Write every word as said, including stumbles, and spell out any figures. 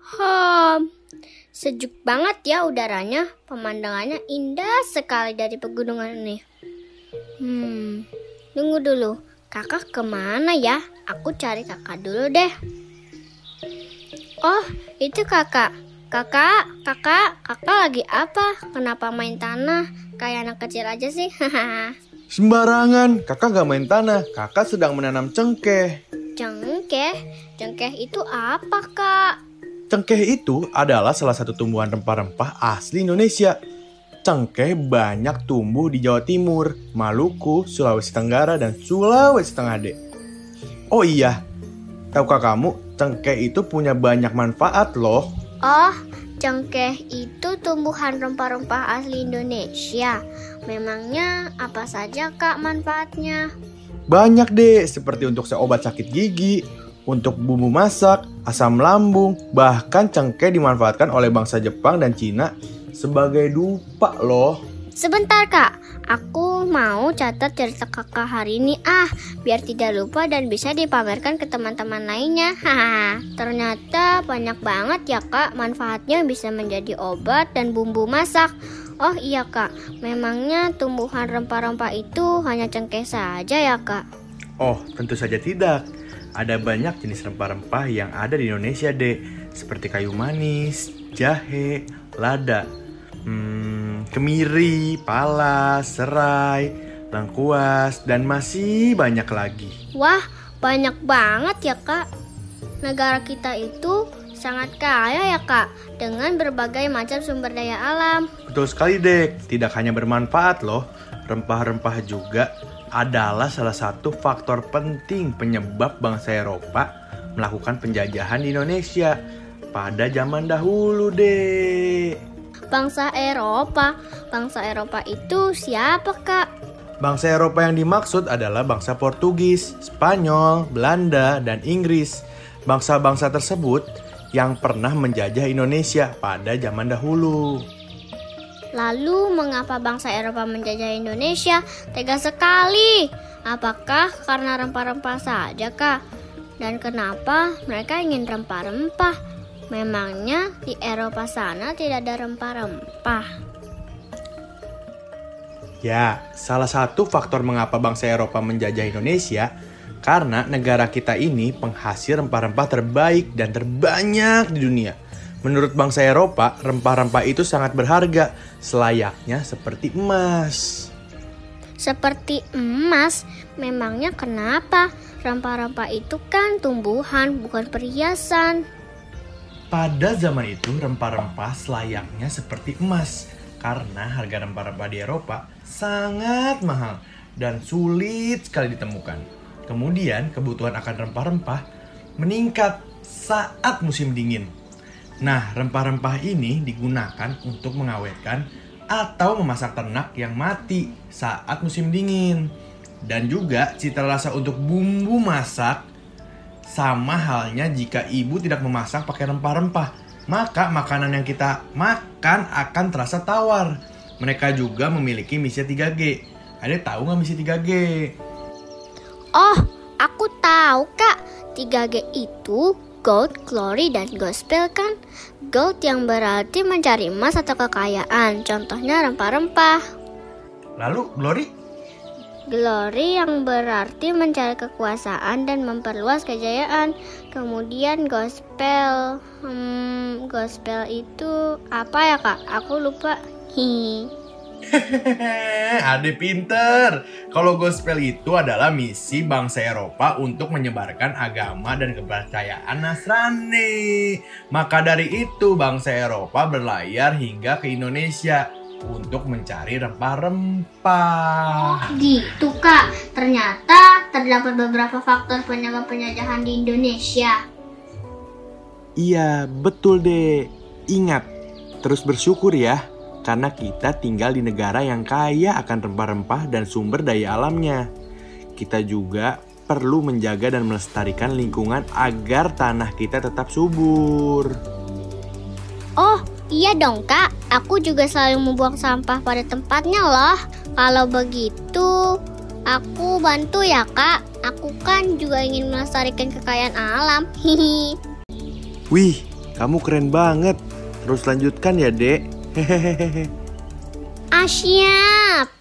Hmm, sejuk banget ya udaranya. Pemandangannya indah sekali dari pegunungan ini. Hmm, tunggu dulu. Kakak kemana ya? Aku cari kakak dulu deh. Oh, itu kakak. Kakak, kakak, kakak lagi apa? Kenapa main tanah? Kayak anak kecil aja sih. Sembarangan, kakak gak main tanah. Kakak sedang menanam cengkeh. Cengkeh? Cengkeh itu apa, Kak? Cengkeh itu adalah salah satu tumbuhan rempah-rempah asli Indonesia. Cengkeh banyak tumbuh di Jawa Timur, Maluku, Sulawesi Tenggara, dan Sulawesi Tengah, Dek. Oh iya, tahukah kamu cengkeh itu punya banyak manfaat loh. Oh, cengkeh itu tumbuhan rempah-rempah asli Indonesia. Memangnya apa saja, Kak, manfaatnya? Banyak deh, seperti untuk obat sakit gigi, untuk bumbu masak, asam lambung, bahkan cengkeh dimanfaatkan oleh bangsa Jepang dan Cina sebagai dupa loh. Sebentar, Kak, aku mau catat cerita kakak hari ini ah, biar tidak lupa dan bisa dipamerkan ke teman-teman lainnya. Hahaha, ternyata banyak banget ya, Kak, manfaatnya bisa menjadi obat dan bumbu masak. Oh iya, Kak, memangnya tumbuhan rempah-rempah itu hanya cengkeh saja ya, Kak? Oh, tentu saja tidak. Ada banyak jenis rempah-rempah yang ada di Indonesia, Dek. Seperti kayu manis, jahe, lada, hmm, kemiri, pala, serai, lengkuas, dan masih banyak lagi. Wah, banyak banget ya, Kak. Negara kita itu sangat kaya ya, Kak, dengan berbagai macam sumber daya alam. Betul sekali, Dek. Tidak hanya bermanfaat loh, rempah-rempah juga adalah salah satu faktor penting penyebab bangsa Eropa melakukan penjajahan di Indonesia pada zaman dahulu, Dek. Bangsa Eropa, bangsa Eropa itu siapa, Kak? Bangsa Eropa yang dimaksud adalah bangsa Portugis, Spanyol, Belanda, dan Inggris. Bangsa-bangsa tersebut yang pernah menjajah Indonesia pada zaman dahulu. Lalu mengapa bangsa Eropa menjajah Indonesia? Tega sekali. Apakah karena rempah-rempah saja, Kak? Dan kenapa mereka ingin rempah-rempah? Memangnya di Eropa sana tidak ada rempah-rempah? Ya, salah satu faktor mengapa bangsa Eropa menjajah Indonesia karena negara kita ini penghasil rempah-rempah terbaik dan terbanyak di dunia. Menurut bangsa Eropa, rempah-rempah itu sangat berharga, selayaknya seperti emas. Seperti emas? Memangnya kenapa? Rempah-rempah itu kan tumbuhan, bukan perhiasan. Pada zaman itu, rempah-rempah selayaknya seperti emas, karena harga rempah-rempah di Eropa sangat mahal dan sulit sekali ditemukan. Kemudian kebutuhan akan rempah-rempah meningkat saat musim dingin. Nah, rempah-rempah ini digunakan untuk mengawetkan atau memasak ternak yang mati saat musim dingin. Dan juga cita rasa untuk bumbu masak sama halnya jika ibu tidak memasak pakai rempah-rempah, maka makanan yang kita makan akan terasa tawar. Mereka juga memiliki misi tiga G. Ada tahu nggak misi tiga G? Oh, aku tahu, Kak. tiga G itu gold, glory, dan gospel kan? Gold yang berarti mencari emas atau kekayaan, contohnya rempah-rempah. Lalu glory? Glory yang berarti mencari kekuasaan dan memperluas kejayaan. Kemudian gospel, hmm, gospel itu apa ya, Kak? Aku lupa. Hihi. Hehehe, Ade pinter. Kalau gospel itu adalah misi bangsa Eropa untuk menyebarkan agama dan kepercayaan Nasrani. Maka dari itu bangsa Eropa berlayar hingga ke Indonesia untuk mencari rempah-rempah. Gitu, Kak. Ternyata terdapat beberapa faktor penyebab penjajahan di Indonesia. Iya, betul deh. Ingat, terus bersyukur ya. Karena kita tinggal di negara yang kaya akan rempah-rempah dan sumber daya alamnya. Kita juga perlu menjaga dan melestarikan lingkungan agar tanah kita tetap subur. Oh, iya dong, Kak. Aku juga selalu membuang sampah pada tempatnya loh. Kalau begitu, aku bantu ya, Kak. Aku kan juga ingin melestarikan kekayaan alam. Hihi. Wih, Kamu keren banget. Terus lanjutkan ya, Dek. Hehehe. Ah, siap.